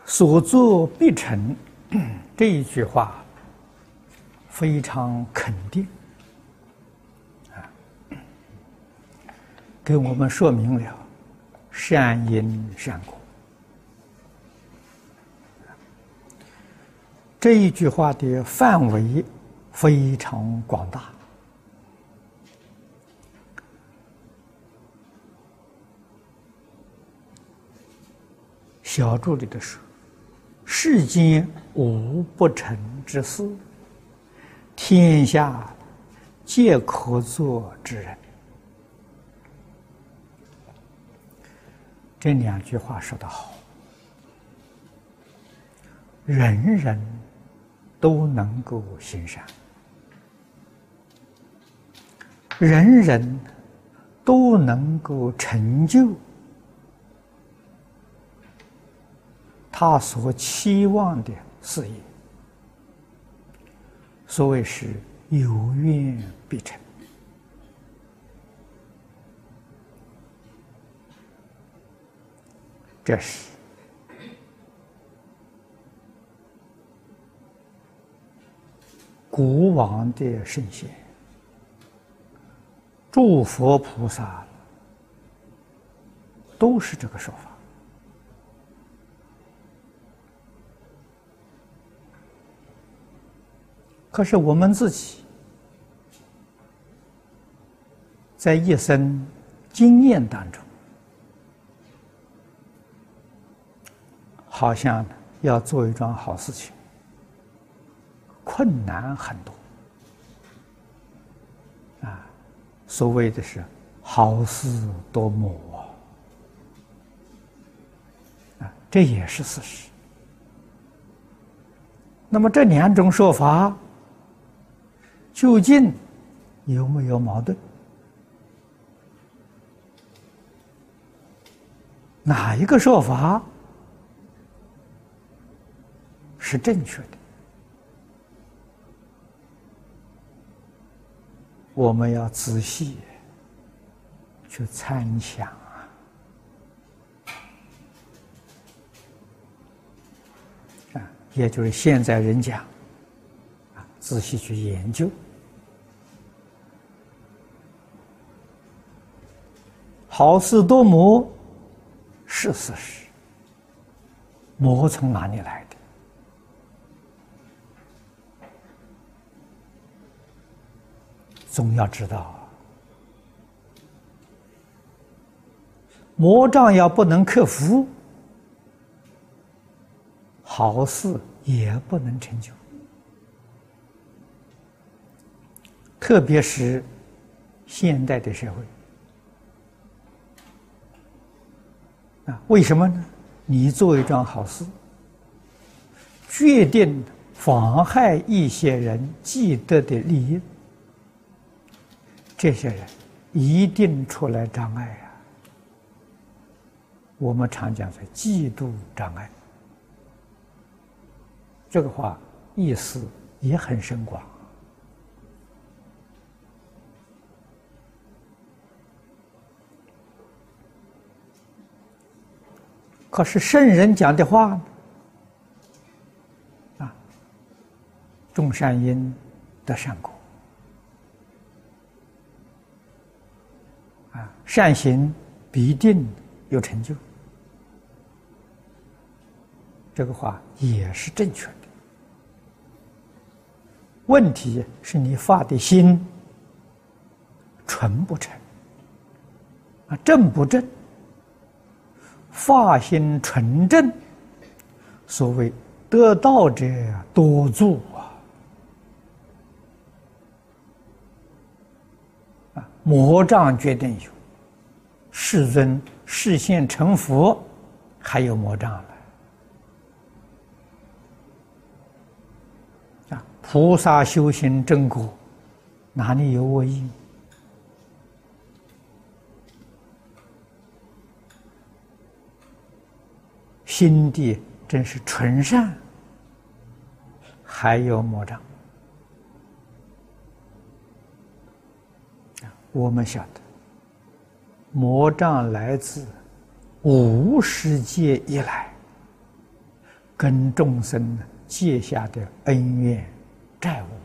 所作必成，这一句话非常肯定给我们说明了善因善果。这一句话的范围非常广大，小注里的说：“世间无不成之事，天下皆可作之人。”这两句话说得好，人人都能够行善，人人都能够成就他所期望的事业。所谓是有愿必成。这是古往的圣贤、诸佛菩萨都是这个说法。可是我们自己在一生经验当中，好像要做一桩好事情，困难很多所谓的是好事多磨这也是事实。那么这两种说法究竟有没有矛盾？哪一个说法是正确的？我们要仔细去参详也就是现在人讲仔细去研究。好事多磨是事实，磨从哪里来的？总要知道魔障要不能克服，好事也不能成就。特别是现代的社会为什么呢？你做一桩好事，决定妨害一些人既得的利益，这些人一定出来障碍我们常讲是嫉妒障碍，这个话意思也很深广。可是圣人讲的话种善因得善果善行必定有成就，这个话也是正确的。问题是你发的心纯不纯正不正？发心纯正，所谓得道者多助魔障决定有，世尊示现成佛，还有魔障了菩萨修行正果，哪里有恶意？心地真是纯善，还有魔障。我们晓得，魔障来自无始劫以来跟众生结下的恩怨债务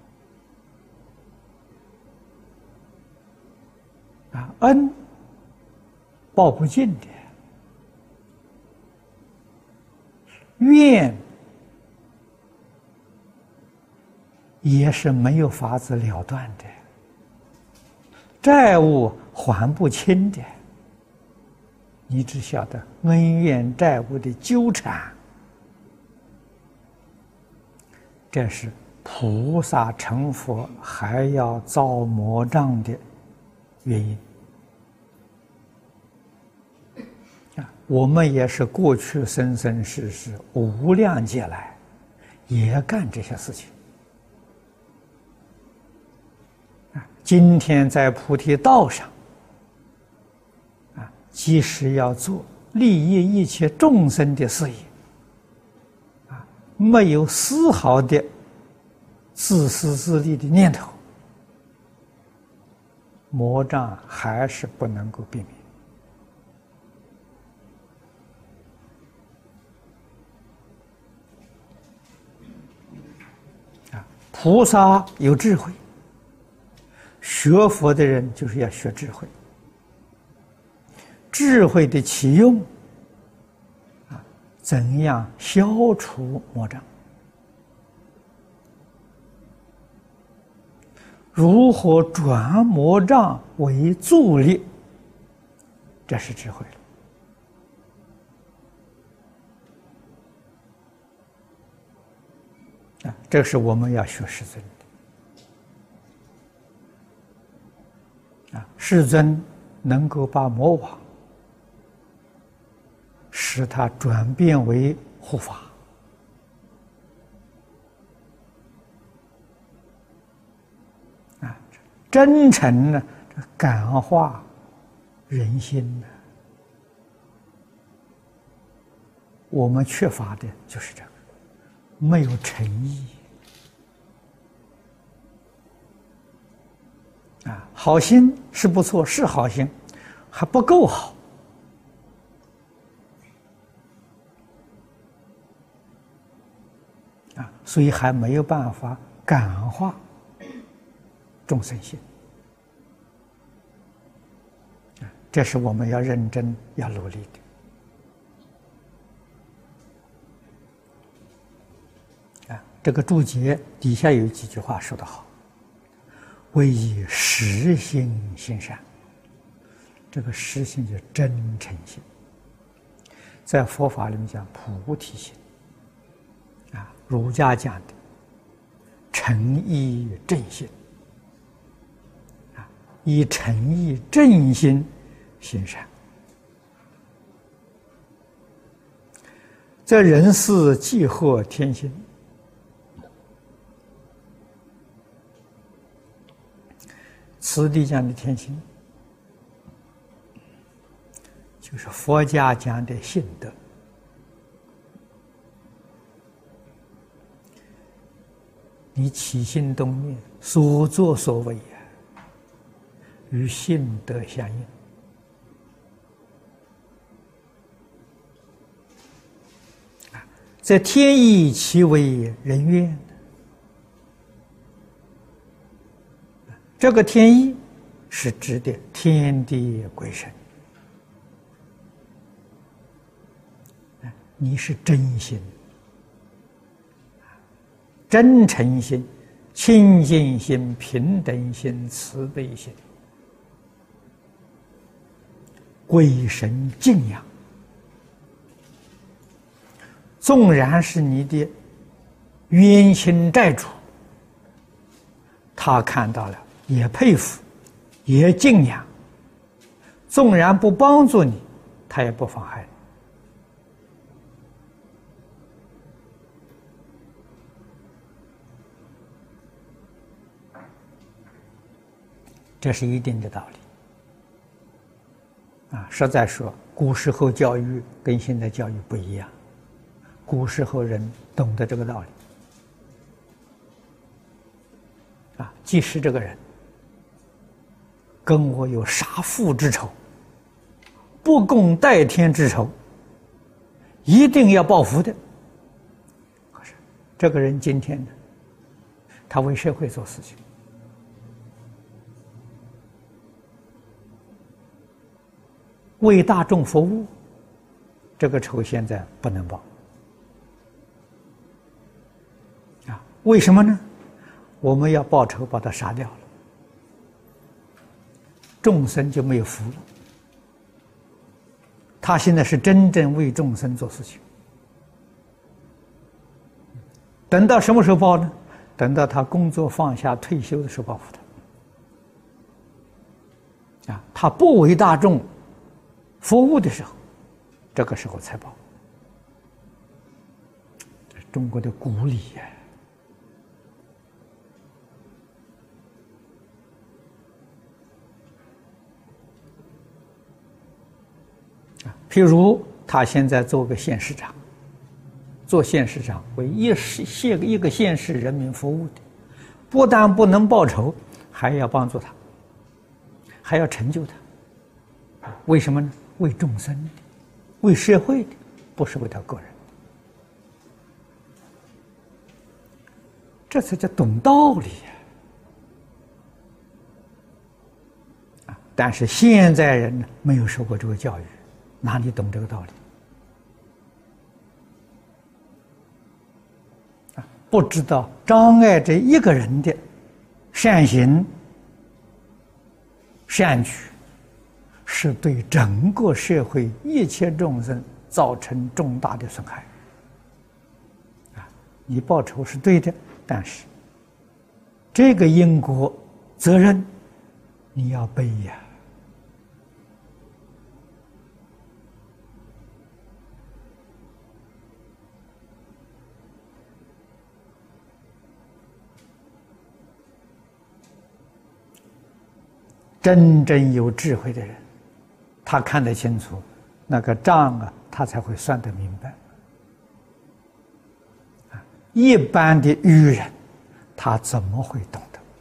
恩报不尽的，怨也是没有法子了断的，债务还不清的。你只晓得恩怨债务的纠缠，这是菩萨成佛还要造魔障的原因。我们也是过去生生世世无量劫来也干这些事情。今天在菩提道上，即使要做利益一切众生的事业，没有丝毫的自私自利的念头，魔障还是不能够避免。菩萨有智慧，学佛的人就是要学智慧。智慧的启用，怎样消除魔障？如何转魔障为助力？这是智慧了。这是我们要学世尊的。世尊能够把魔网使它转变为护法，真诚呢，感化人心呢。我们缺乏的就是这个，没有诚意。好心是不错，是好心，还不够好。所以还没有办法感化众生心。这是我们要认真要努力的。这个注解底下有几句话说得好：为以实心行善。这个实心就是真诚心，在佛法里面讲菩提心。儒家讲的诚意正心，以诚意正心行善，在人世即获天心。此地讲的天心，就是佛家讲的信德。你起心动念，所作所为与信德相应。在天意其为人愿，这个天意是指的天地鬼神。你是真心。真诚心、清净心、平等心、慈悲心，鬼神敬仰。纵然是你的冤亲债主，他看到了也佩服，也敬仰。纵然不帮助你，他也不妨害你。这是一定的道理。实在说，古时候教育跟现在教育不一样。古时候人懂得这个道理。即使这个人跟我有杀父之仇、不共戴天之仇，一定要报复的， 这个人今天呢，他为社会做事情，为大众服务，这个仇现在不能报。啊，为什么呢？我们要报仇，把他杀掉了，众生就没有福了。他现在是真正为众生做事情。等到什么时候报呢？等到他工作放下退休的时候报复他。啊，他不为大众服务的时候，这个时候才报。这是中国的古礼呀。譬如他现在做个县市长，做县市长为一个县市人民服务的，不但不能报仇，还要帮助他，还要成就他。为什么呢？为众生的，为社会的，不是为他个人。这才叫懂道理呀！但是现在人呢，没有受过这个教育，哪里懂这个道理？不知道障碍这一个人的善行善举，是对整个社会一切众生造成重大的损害。你报仇是对的，但是这个因果责任你要背呀。真正有智慧的人，他看得清楚那个账啊，他才会算得明白。一般的愚人，他怎么会懂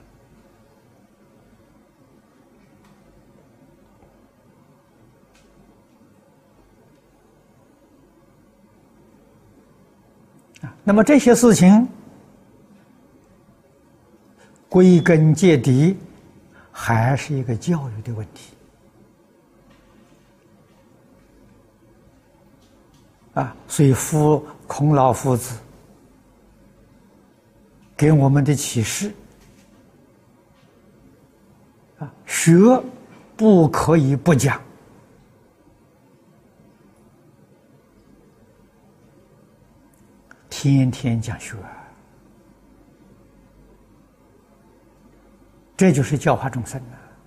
得？那么这些事情，归根结底，还是一个教育的问题。所以孔老夫子给我们的启示，学不可以不讲，天天讲学，这就是教化众生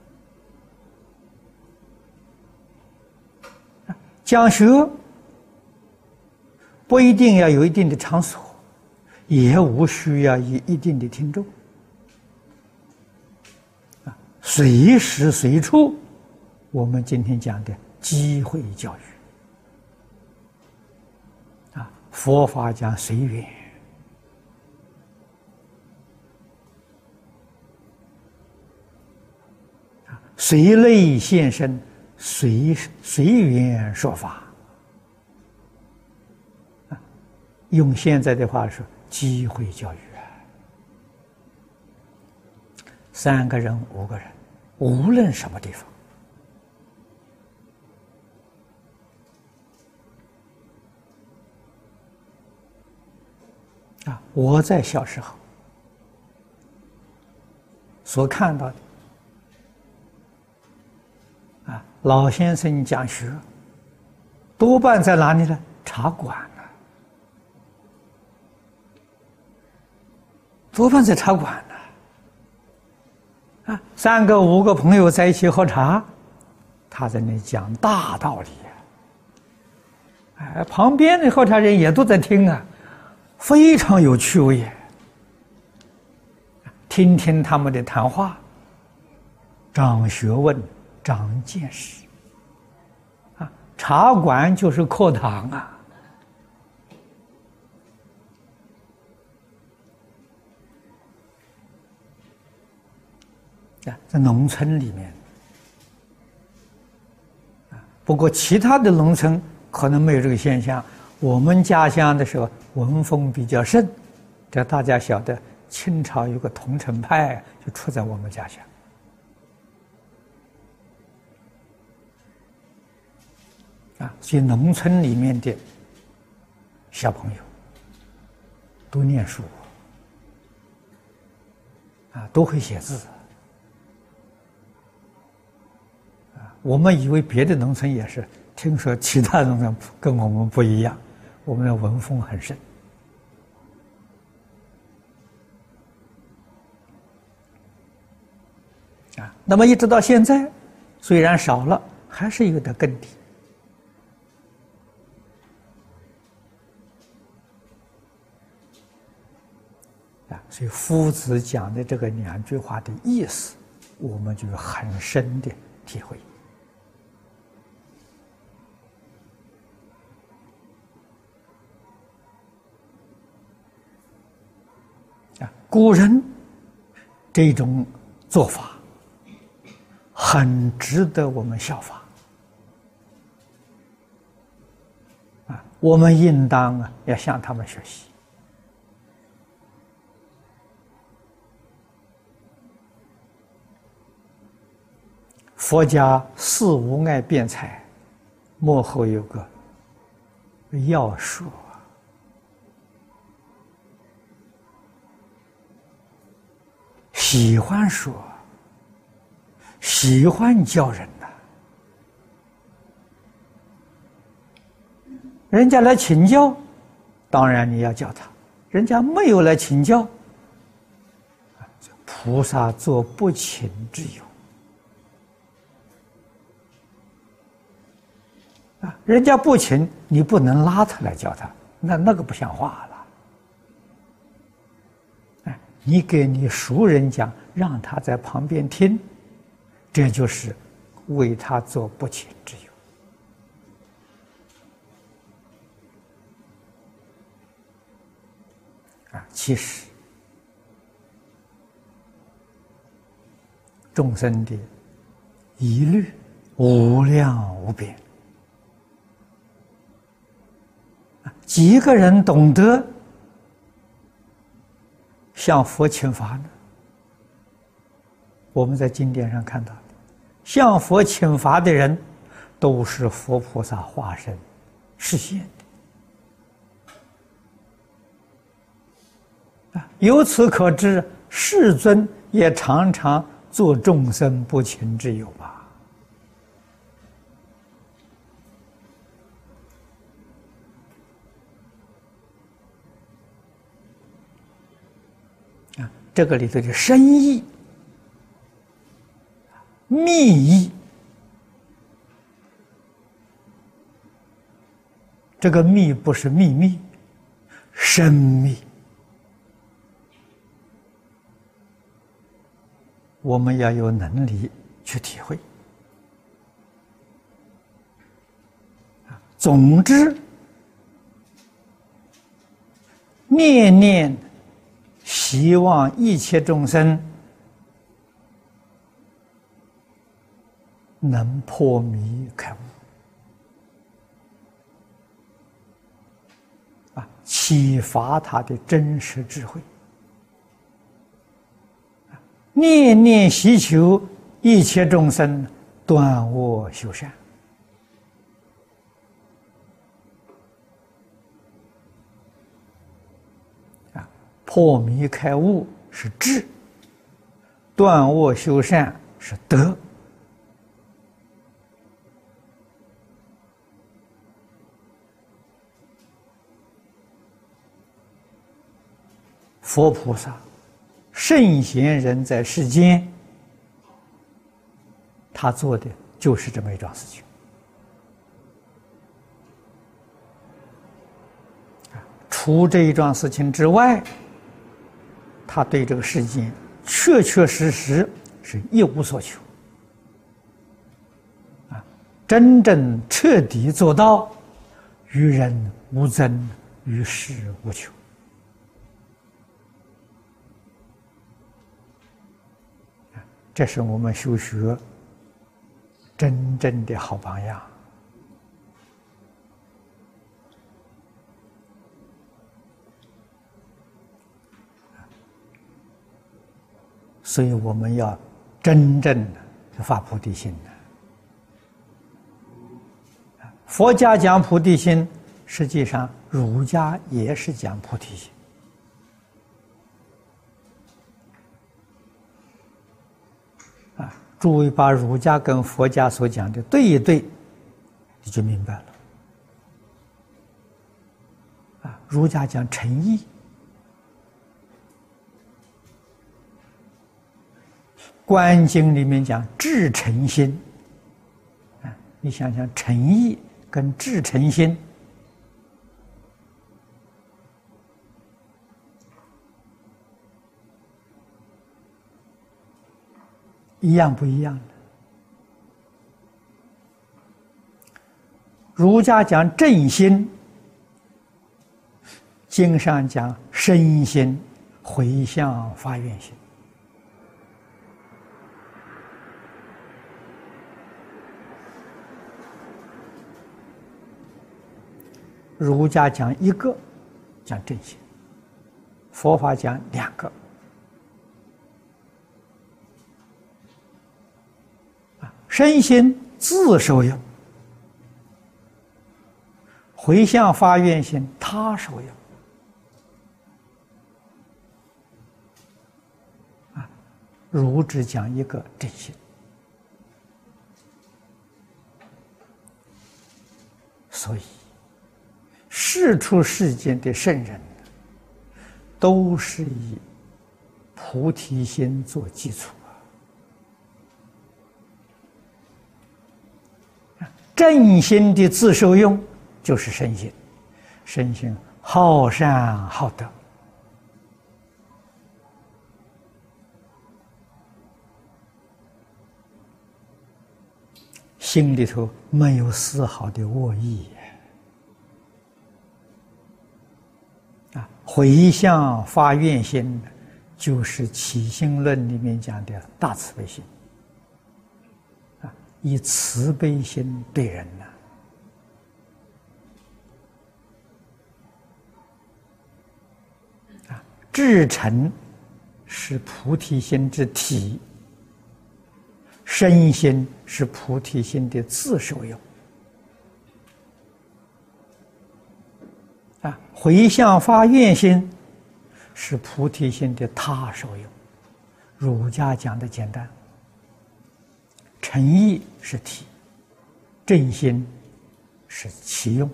讲学不一定要有一定的场所，也无需要有一定的听众，随时随处，我们今天讲的机会教育佛法讲随缘，随类现身，随缘说法。用现在的话说，机会教育3个人、5个人，无论什么地方。我在小时候所看到的老先生讲学，多半在哪里呢？茶馆多半在茶馆3个5个朋友在一起喝茶，他在那讲大道理旁边的喝茶人也都在听非常有趣味听听他们的谈话，长学问，长见识茶馆就是课堂在农村里面不过其他的农村可能没有这个现象。我们家乡的时候文风比较盛这大家晓得，清朝有个桐城派就出在我们家乡。所以农村里面的小朋友都念书，都会写字。我们以为别的农村也是，听说其他农村跟我们不一样，我们的文风很深。那么一直到现在，虽然少了，还是有点根底。所以夫子讲的这个2句话的意思，我们就有很深的体会。古人这种做法很值得我们效法。我们应当要向他们学习。佛家四无碍辩才，幕后有个要术，喜欢说，喜欢教人的。人家来请教，当然你要教他；人家没有来请教，菩萨作不请之友。人家不请，你不能拉他来教他，那个不像话了。你给你熟人讲，让他在旁边听，这就是为他做不请之友。其实众生的疑虑无量无边。几个人懂得向佛请法呢？我们在经典上看到的，向佛请法的人，都是佛菩萨化身示现的。由此可知，世尊也常常做众生不请之友吧。这个里头的深意、密意，这个密不是秘密，深密，我们要有能力去体会。总之，念念希望一切众生能破迷开悟，启发他的真实智慧。念念希求一切众生断恶修善。破迷开悟是智，断恶修善是德。佛菩萨、圣贤人在世间，他做的就是这么一桩事情。除这一桩事情之外，他对这个世界确确实实是一无所求，真正彻底做到于人无憎，于事无求。这是我们修学真正的好榜样。 所以我们要真正的发菩提心的。佛家讲菩提心，实际上儒家也是讲菩提心。诸位把儒家跟佛家所讲的对一对，你就明白了。儒家讲诚意，观经里面讲至诚心。你想想，诚意跟至诚心一样不一样的？儒家讲正心，经上讲身心回向发愿心。儒家讲一个，讲正心；佛法讲两个。身心自受用，回向发愿心他受用。儒只讲一个正心，所以世出世间的圣人都是以菩提心做基础。正心的自受用就是身心，身心好善好德，心里头没有丝毫的恶意。回向发愿心，就是起心论里面讲的大慈悲心。以慈悲心对人至诚是菩提心之体，身心是菩提心的自受用。回向发愿心是菩提心的他受用。儒家讲的简单。诚意是体，正心是其用。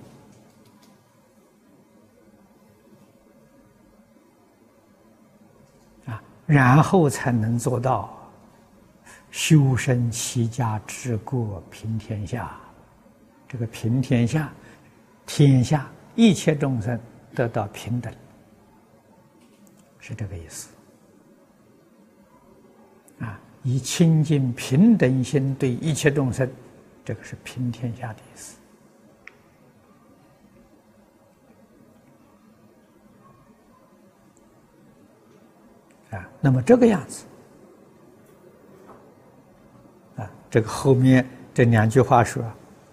然后才能做到修身齐家治国平天下。这个平天下，天下一切众生得到平等，是这个意思。以清净平等心对一切众生，这个是平天下的意思。那么这个样子，这个后面这两句话说，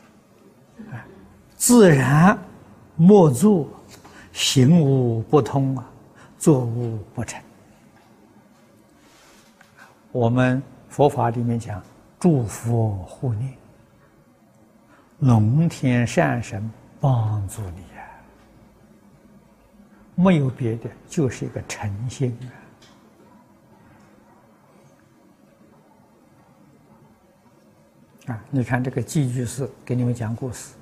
自然莫作，行无不通作无不成。我们佛法里面讲诸佛护念，龙天善神帮助你没有别的，就是一个诚心你看这个寄居士给你们讲故事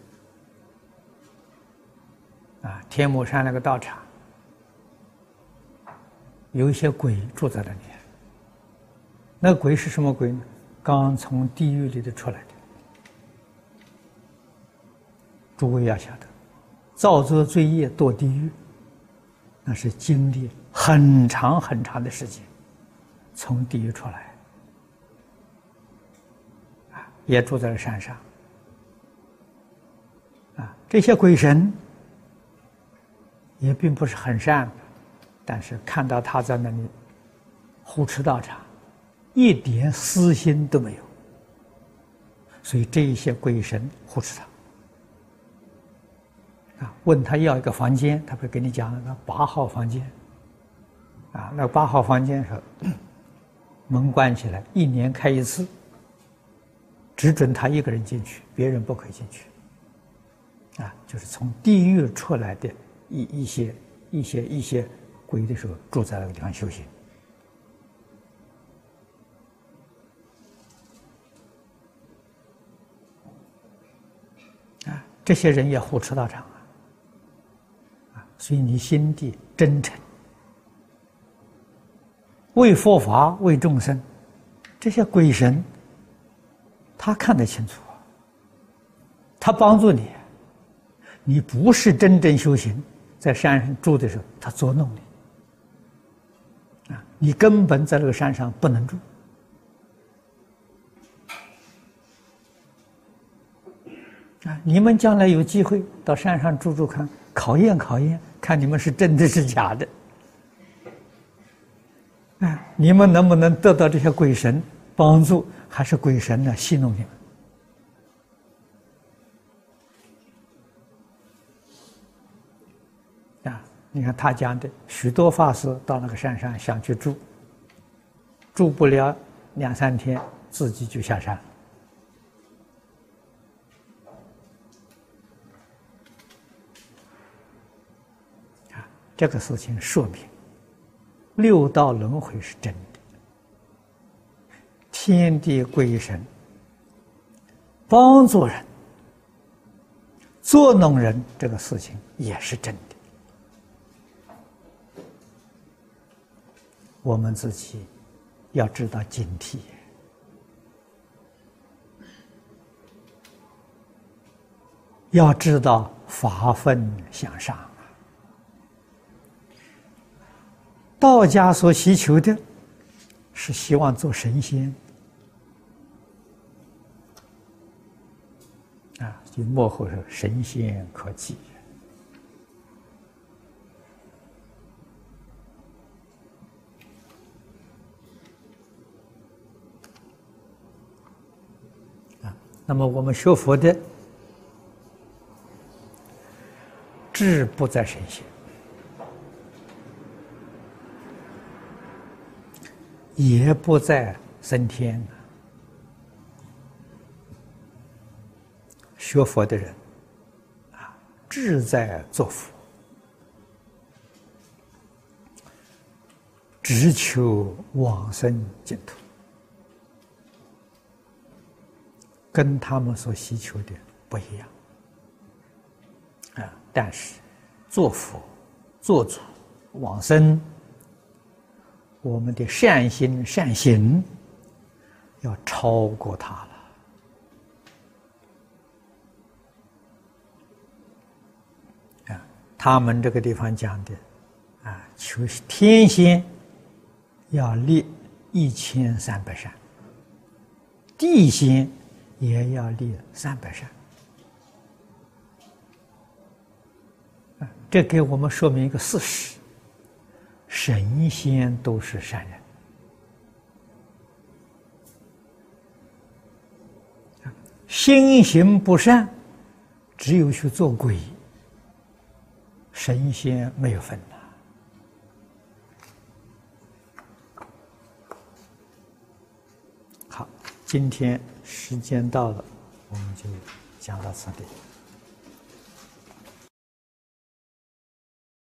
天目山那个道场有一些鬼住在那里。那鬼是什么鬼呢？刚从地狱里头出来的。诸位要晓得，造作罪业堕地狱，那是经历很长很长的时间，从地狱出来，也住在了山上。这些鬼神也并不是很善，但是看到他在那里护持道场，一点私心都没有，所以这一些鬼神护持他。问他要一个房间，他会给你讲那个8号房间。那8号房间说， 门关起来，1年开一次，只准他一个人进去，别人不可以进去。就是从地狱出来的一些鬼的时候，住在那个地方修行。这些人也护持道场所以你心地真诚，为佛法为众生，这些鬼神他看得清楚，他帮助你。你不是真正修行，在山上住的时候，他捉弄你你根本在那个山上不能住你们将来有机会到山上住住看，考验考验，看你们是真的是假的你们能不能得到这些鬼神帮助，还是鬼神呢戏弄你们你看他讲的，许多法师到那个山上想去住，住不了2、3天，自己就下山了。这个事情说明六道轮回是真的，天地鬼神帮助人、捉弄人，这个事情也是真的。我们自己要知道警惕，要知道法分向上道家所希求的是希望做神仙就幕后是神仙可祭那么我们学佛的志不在神仙，也不在升天。学佛的人志在做佛，只求往生净土，跟他们所希求的不一样但是做佛、做主、往生，我们的善心善行要超过他了他们这个地方讲的求天仙要立1300善，地仙也要立300善这给我们说明一个事实：神仙都是善人。心行不善，只有去做鬼，神仙没有分好，今天时间到了，我们就讲到此地。